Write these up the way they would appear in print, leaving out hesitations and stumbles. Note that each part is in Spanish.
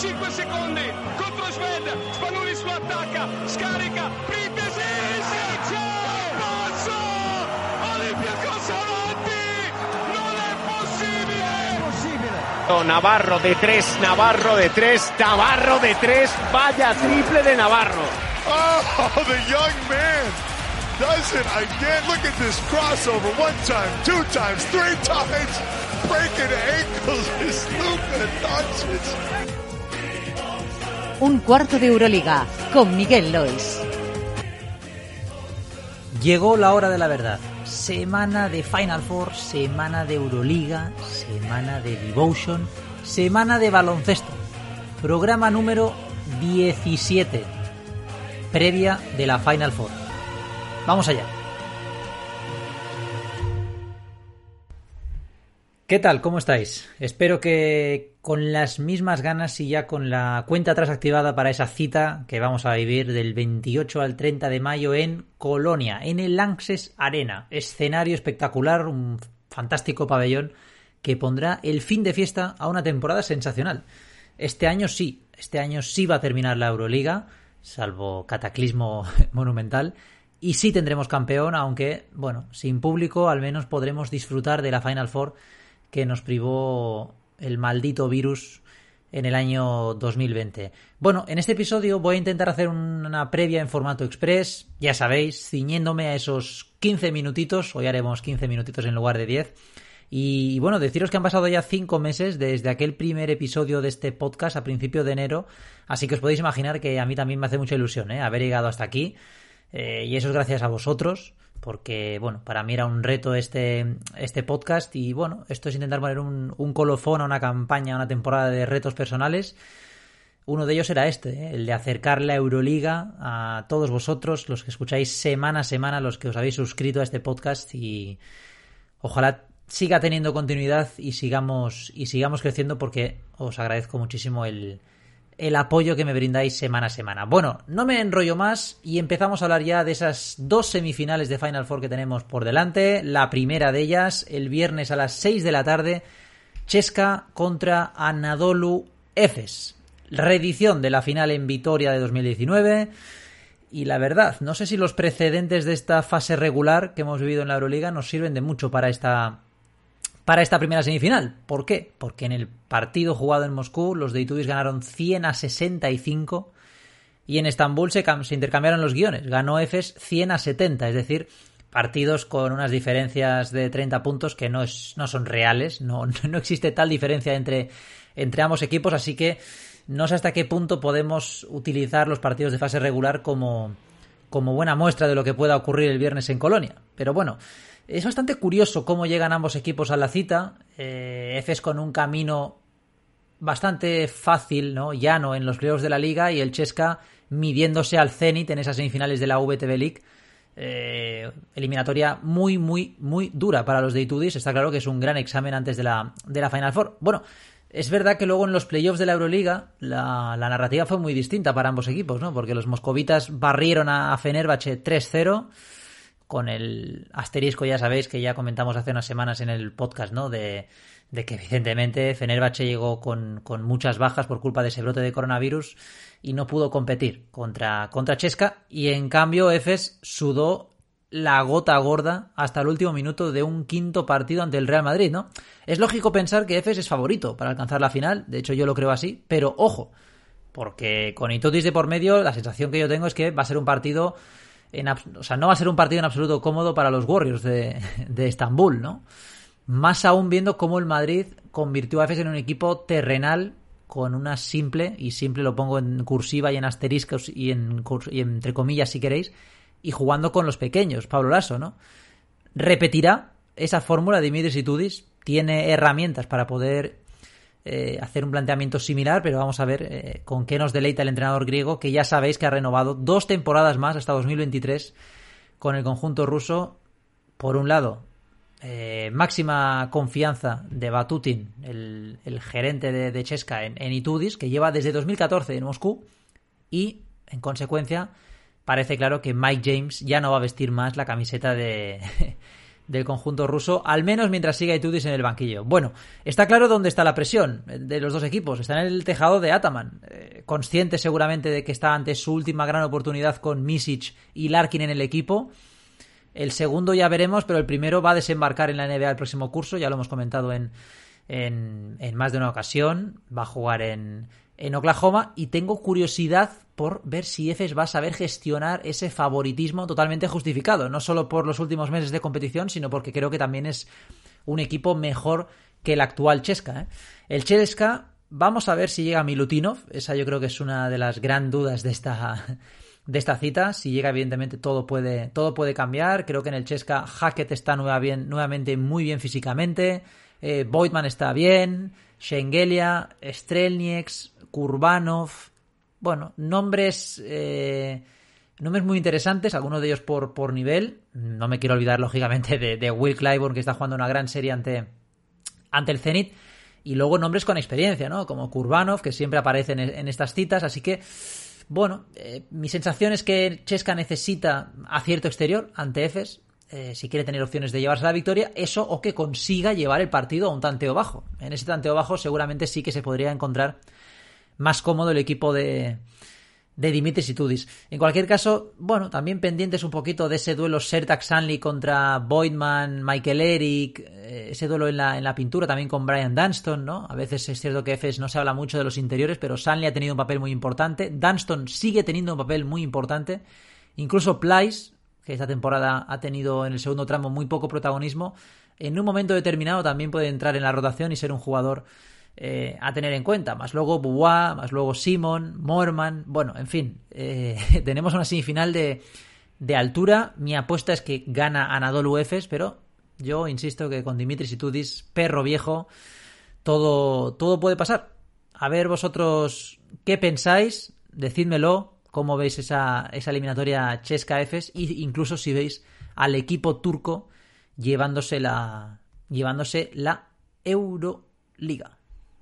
5 secondi contro Sved, Spanulis lo attacca, scarica, Printesi, passo, Olympiacos avanti, non è possibile. Navarro de 3, Navarro de 3, Navarro de 3, vaya triple de Navarro. Oh, the young man does it again. Look at this crossover. 1 time, 2 times, 3 times. Breaking ankles is Luka Doncic. Un cuarto de Euroliga con Miguel Lois. Llegó la hora de la verdad. Semana de Final Four, semana de Euroliga, semana de Devotion, semana de baloncesto. Programa número 17, previa de la Final Four. Vamos allá. ¿Qué tal? ¿Cómo estáis? Espero que con las mismas ganas y ya con la cuenta atrás activada para esa cita que vamos a vivir del 28 al 30 de mayo en Colonia, en el Lanxess Arena. Escenario espectacular, un fantástico pabellón que pondrá el fin de fiesta a una temporada sensacional. Este año sí va a terminar la Euroliga, salvo cataclismo monumental, y sí tendremos campeón, aunque, bueno, sin público al menos podremos disfrutar de la Final Four que nos privó el maldito virus en el año 2020. Bueno, en este episodio voy a intentar hacer una previa en formato express, ya sabéis, ciñéndome a esos 15 minutitos, hoy haremos 15 minutitos en lugar de 10, y bueno, deciros que han pasado ya 5 meses desde aquel primer episodio de este podcast a principio de enero, así que os podéis imaginar que a mí también me hace mucha ilusión haber llegado hasta aquí, y eso es gracias a vosotros, porque, bueno, para mí era un reto este podcast y, bueno, esto es intentar poner un colofón a una campaña, a una temporada de retos personales. Uno de ellos era el de acercar la Euroliga a todos vosotros, los que escucháis semana a semana, los que os habéis suscrito a este podcast, y ojalá siga teniendo continuidad y sigamos creciendo, porque os agradezco muchísimo el apoyo que me brindáis semana a semana. Bueno, no me enrollo más y empezamos a hablar ya de esas 2 semifinales de Final Four que tenemos por delante. La primera de ellas, el viernes a las 6 de la tarde, CSKA contra Anadolu Efes. Reedición de la final en Vitoria de 2019. Y la verdad, no sé si los precedentes de esta fase regular que hemos vivido en la Euroliga nos sirven de mucho para esta primera semifinal. ¿Por qué? Porque en el partido jugado en Moscú los de Itudis ganaron 100-65 y en Estambul se intercambiaron los guiones. Ganó Efes 100-70, es decir, partidos con unas diferencias de 30 puntos que no son reales, no existe tal diferencia entre ambos equipos, así que no sé hasta qué punto podemos utilizar los partidos de fase regular como buena muestra de lo que pueda ocurrir el viernes en Colonia. Pero bueno, es bastante curioso cómo llegan ambos equipos a la cita. Efes con un camino bastante fácil, ¿no?, llano en los playoffs de la Liga, y el CSKA midiéndose al Zenit en esas semifinales de la VTB League. Eliminatoria muy, muy, muy dura para los de Itudis. Está claro que es un gran examen antes de la Final Four. Bueno, es verdad que luego en los playoffs de la Euroliga la narrativa fue muy distinta para ambos equipos, ¿no?, porque los moscovitas barrieron a Fenerbahce 3-0, con el asterisco, ya sabéis, que ya comentamos hace unas semanas en el podcast, ¿no?, de que evidentemente Fenerbahce llegó con muchas bajas por culpa de ese brote de coronavirus y no pudo competir contra CSKA, y en cambio Efes sudó la gota gorda hasta el último minuto de un quinto partido ante el Real Madrid, ¿no? Es lógico pensar que Efes es favorito para alcanzar la final, de hecho yo lo creo así, pero ojo, porque con Itudis de por medio la sensación que yo tengo es que va a ser un partido no va a ser un partido en absoluto cómodo para los Warriors de Estambul, ¿no? Más aún viendo cómo el Madrid convirtió a Efes en un equipo terrenal con una simple, y simple lo pongo en cursiva y en asteriscos y entre comillas si queréis, y jugando con los pequeños, Pablo Laso, ¿no? ¿Repetirá esa fórmula de Dimitris Itudis? Tiene herramientas para poder hacer un planteamiento similar, pero vamos a ver con qué nos deleita el entrenador griego, que ya sabéis que ha renovado 2 temporadas más hasta 2023 con el conjunto ruso. Por un lado, máxima confianza de Batutin, el gerente de CSKA en Itudis, que lleva desde 2014 en Moscú, y en consecuencia parece claro que Mike James ya no va a vestir más la camiseta de del conjunto ruso, al menos mientras siga Itudis en el banquillo. Bueno, está claro dónde está la presión de los dos equipos. Está en el tejado de Ataman, consciente seguramente de que está ante su última gran oportunidad con Misic y Larkin en el equipo. El segundo ya veremos, pero el primero va a desembarcar en la NBA el próximo curso, ya lo hemos comentado en más de una ocasión. Va a jugar en Oklahoma y tengo curiosidad por ver si Efes va a saber gestionar ese favoritismo totalmente justificado, no solo por los últimos meses de competición, sino porque creo que también es un equipo mejor que el actual CSKA. El CSKA, vamos a ver si llega Milutinov, esa yo creo que es una de las gran dudas de esta cita. Si llega, evidentemente todo puede cambiar. Creo que en el CSKA Hackett está nuevamente muy bien físicamente, Voigtman está bien, Shengelia, Strelnieks, Kurbanov, bueno, nombres muy interesantes, algunos de ellos por nivel. No me quiero olvidar, lógicamente, de Will Clyburn, que está jugando una gran serie ante el Zenit. Y luego nombres con experiencia, ¿no? Como Kurbanov, que siempre aparecen en estas citas. Así que, bueno, mi sensación es que CSKA necesita acierto exterior ante Efes, si quiere tener opciones de llevarse la victoria, eso, o que consiga llevar el partido a un tanteo bajo. En ese tanteo bajo seguramente sí que se podría encontrar más cómodo el equipo de Dimitris Itudis. En cualquier caso, bueno, también pendientes un poquito de ese duelo Sertak-Sanli contra Voigtman, Michael Eric, ese duelo en la pintura también con Brian Dunston, ¿no? A veces es cierto que Efes no se habla mucho de los interiores, pero Sanli ha tenido un papel muy importante, Dunston sigue teniendo un papel muy importante, incluso Plyce, que esta temporada ha tenido en el segundo tramo muy poco protagonismo, en un momento determinado también puede entrar en la rotación y ser un jugador a tener en cuenta, más luego Bois, más luego Simon, Moorman, bueno, en fin, tenemos una semifinal de altura. Mi apuesta es que gana Anadolu Efes, pero yo insisto que con Dimitris Itudis, perro viejo, todo puede pasar. A ver vosotros qué pensáis, decídmelo, cómo veis esa eliminatoria CSKA Efes, e incluso si veis al equipo turco llevándose la Euroliga.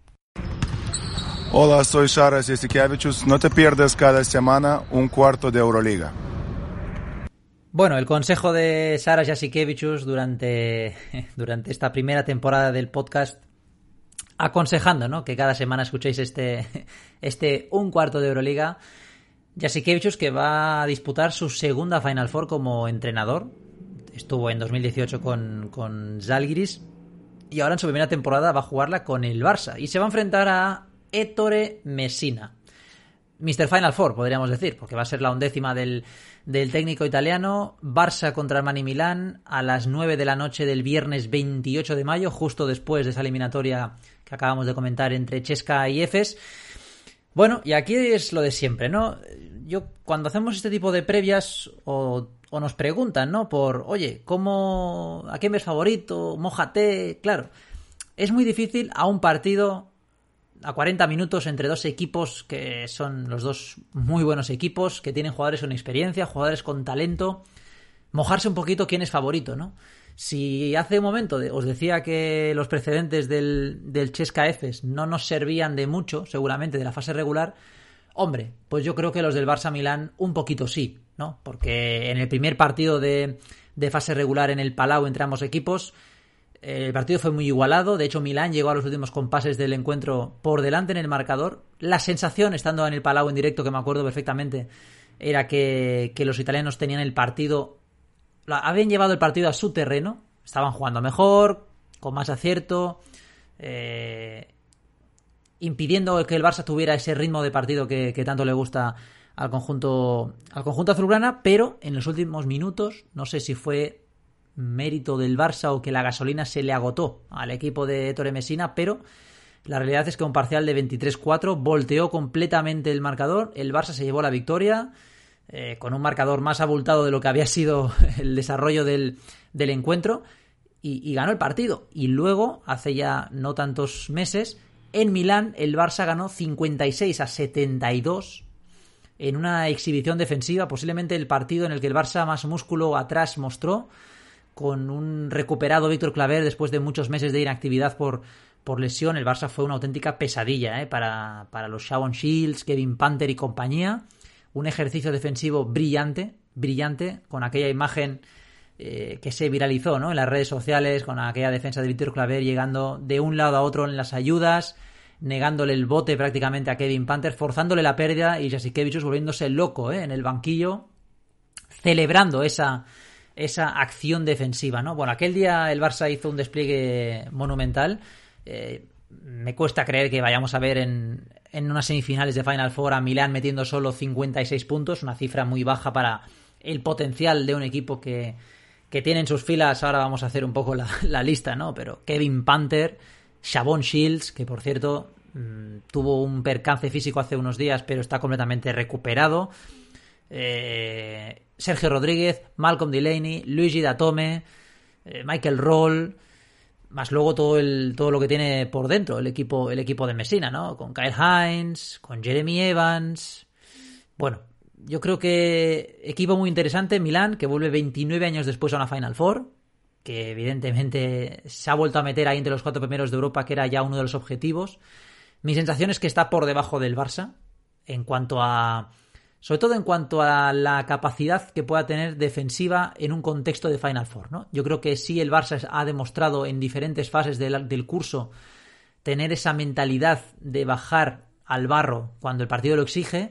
Hola, soy Sharas Jasikevičius. No te pierdas cada semana un cuarto de Euroliga. Bueno, el consejo de Sharas Jasikevičius durante esta primera temporada del podcast, aconsejando, ¿no?, que cada semana escuchéis este un cuarto de Euroliga. Jasikevičius, que va a disputar su segunda Final Four como entrenador. Estuvo en 2018 con Žalgiris y ahora en su primera temporada va a jugarla con el Barça y se va a enfrentar a Ettore Messina, Mr. Final Four, podríamos decir, porque va a ser la 11ª del técnico italiano. Barça contra Armani Milán a las 9 de la noche del viernes 28 de mayo, justo después de esa eliminatoria que acabamos de comentar entre CSKA y Efes. Bueno, y aquí es lo de siempre, ¿no? Yo, cuando hacemos este tipo de previas o nos preguntan, ¿no?, por, oye, ¿a quién ves favorito? Mójate, claro. Es muy difícil a un partido, a 40 minutos entre dos equipos que son los dos muy buenos equipos, que tienen jugadores con experiencia, jugadores con talento, mojarse un poquito quién es favorito, ¿no? Si hace un momento os decía que los precedentes del CSKA Efes no nos servían de mucho, seguramente, de la fase regular, hombre, pues yo creo que los del Barça Milán un poquito sí, ¿no? Porque en el primer partido de fase regular en el Palau entre ambos equipos, el partido fue muy igualado. De hecho, Milán llegó a los últimos compases del encuentro por delante en el marcador. La sensación, estando en el Palau en directo, que me acuerdo perfectamente, era que los italianos tenían el partido, habían llevado el partido a su terreno, estaban jugando mejor, con más acierto, impidiendo que el Barça tuviera ese ritmo de partido que tanto le gusta al conjunto azulgrana, pero en los últimos minutos, no sé si fue mérito del Barça o que la gasolina se le agotó al equipo de Ettore Messina, pero la realidad es que un parcial de 23-4 volteó completamente el marcador. El Barça se llevó la victoria con un marcador más abultado de lo que había sido el desarrollo del encuentro y ganó el partido. Y luego, hace ya no tantos meses, en Milán el Barça ganó 56-72 en una exhibición defensiva, posiblemente el partido en el que el Barça más músculo atrás mostró, con un recuperado Víctor Claver después de muchos meses de inactividad por lesión. El Barça fue una auténtica pesadilla para los Shavon Shields, Kevin Panther y compañía. Un ejercicio defensivo brillante, con aquella imagen que se viralizó, ¿no?, en las redes sociales, con aquella defensa de Víctor Claver llegando de un lado a otro en las ayudas, negándole el bote prácticamente a Kevin Panther, forzándole la pérdida, y Jasikevičius volviéndose loco en el banquillo, celebrando esa acción defensiva, ¿no? Bueno, aquel día el Barça hizo un despliegue monumental. Me cuesta creer que vayamos a ver en unas semifinales de Final Four a Milán metiendo solo 56 puntos, una cifra muy baja para el potencial de un equipo que tiene en sus filas. Ahora vamos a hacer un poco la lista, ¿no? Pero Kevin Panther, Shavon Shields, que por cierto tuvo un percance físico hace unos días, pero está completamente recuperado. Sergio Rodríguez, Malcolm Delaney, Luigi Datome, Michael Roll, más luego todo lo que tiene por dentro el equipo de Messina, ¿no? Con Kyle Hines, con Jeremy Evans. Bueno, yo creo que equipo muy interesante. Milán, que vuelve 29 años después a una Final Four, que evidentemente se ha vuelto a meter ahí entre los 4 primeros de Europa, que era ya uno de los objetivos. Mi sensación es que está por debajo del Barça sobre todo en cuanto a la capacidad que pueda tener defensiva en un contexto de Final Four, ¿no? Yo creo que sí, el Barça ha demostrado en diferentes fases del curso tener esa mentalidad de bajar al barro cuando el partido lo exige,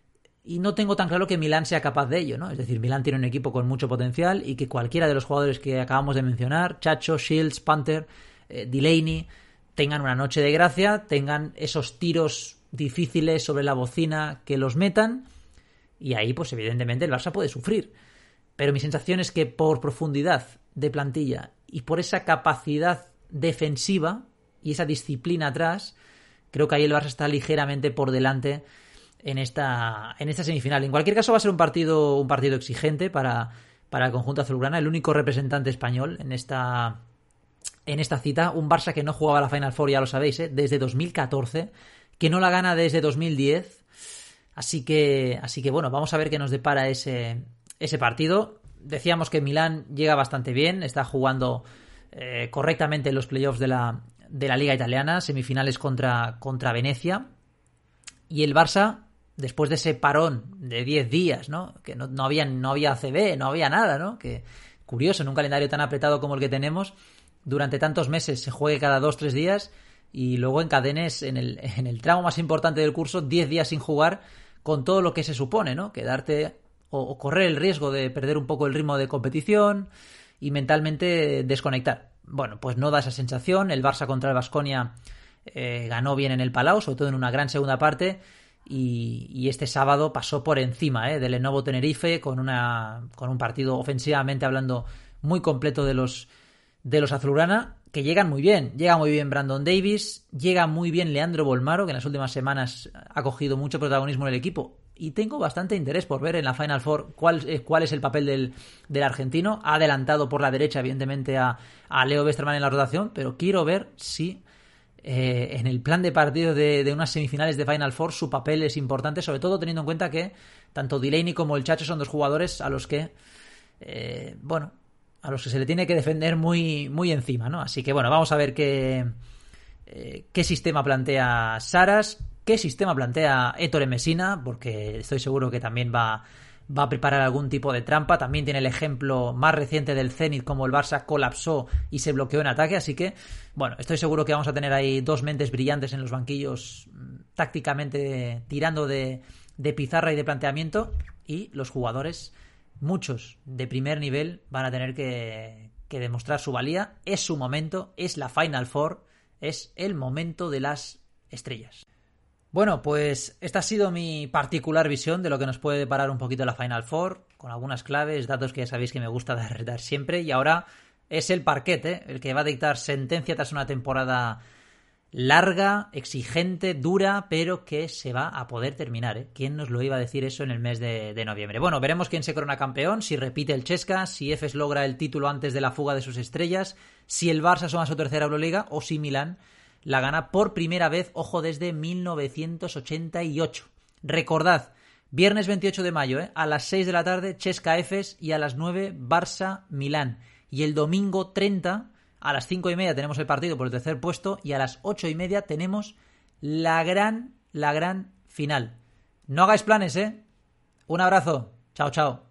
y no tengo tan claro que Milán sea capaz de ello, ¿no? Es decir, Milán tiene un equipo con mucho potencial, y que cualquiera de los jugadores que acabamos de mencionar, Chacho, Shields, Panther, Delaney, tengan una noche de gracia, tengan esos tiros difíciles sobre la bocina que los metan, y ahí pues evidentemente el Barça puede sufrir. Pero mi sensación es que por profundidad de plantilla y por esa capacidad defensiva y esa disciplina atrás, creo que ahí el Barça está ligeramente por delante en esta semifinal. En cualquier caso va a ser un partido exigente para el conjunto azulgrana, el único representante español en esta cita. Un Barça que no jugaba la Final Four, ya lo sabéis, desde 2014, que no la gana desde 2010. Así que bueno, vamos a ver qué nos depara ese partido. Decíamos que Milán llega bastante bien, está jugando correctamente en los playoffs de la Liga Italiana, semifinales contra Venecia. Y el Barça, después de ese parón de 10 días, ¿no?, que no había ACB, no había nada, ¿no?, que curioso, en un calendario tan apretado como el que tenemos, durante tantos meses se juegue cada 2-3 días, y luego encadenes en el tramo más importante del curso 10 días sin jugar, con todo lo que se supone, ¿no?, quedarte o correr el riesgo de perder un poco el ritmo de competición y mentalmente desconectar. Bueno, pues no da esa sensación. El Barça contra el Baskonia ganó bien en el Palau, sobre todo en una gran segunda parte, y este sábado pasó por encima del Lenovo Tenerife con un partido ofensivamente hablando muy completo de los azulgrana, que llegan muy bien. Llega muy bien Brandon Davis, llega muy bien Leandro Bolmaro, que en las últimas semanas ha cogido mucho protagonismo en el equipo, y tengo bastante interés por ver en la Final Four cuál es el papel del argentino. Ha adelantado por la derecha, evidentemente, a Leo Westermann en la rotación, pero quiero ver si en el plan de partido de unas semifinales de Final Four su papel es importante, sobre todo teniendo en cuenta que tanto Delaney como el Chacho son dos jugadores a los que se le tiene que defender muy, muy encima, ¿no? Así que bueno, vamos a ver qué sistema plantea Saras, qué sistema plantea Ettore Messina, porque estoy seguro que también va a preparar algún tipo de trampa. También tiene el ejemplo más reciente del Zenit, como el Barça colapsó y se bloqueó en ataque, así que bueno, estoy seguro que vamos a tener ahí dos mentes brillantes en los banquillos, tácticamente tirando de pizarra y de planteamiento, y los jugadores, muchos de primer nivel, van a tener que demostrar su valía. Es su momento, es la Final Four, es el momento de las estrellas. Bueno, pues esta ha sido mi particular visión de lo que nos puede deparar un poquito la Final Four, con algunas claves, datos que ya sabéis que me gusta dar siempre, y ahora es el parquet, el que va a dictar sentencia tras una temporada larga, exigente, dura, pero que se va a poder terminar, ¿Quién nos lo iba a decir eso en el mes de noviembre? Bueno, veremos quién se corona campeón, si repite el CSKA, si Efes logra el título antes de la fuga de sus estrellas, si el Barça suma su tercera Euroliga, o si Milán la gana por primera vez, ojo, desde 1988. Recordad, viernes 28 de mayo, a las 6 de la tarde, CSKA Efes, y a las 9, Barça Milán. Y el domingo 30, a las 5:30 tenemos el partido por el tercer puesto, y a las 8:30 tenemos la gran final. No hagáis planes, Un abrazo. Chao, chao.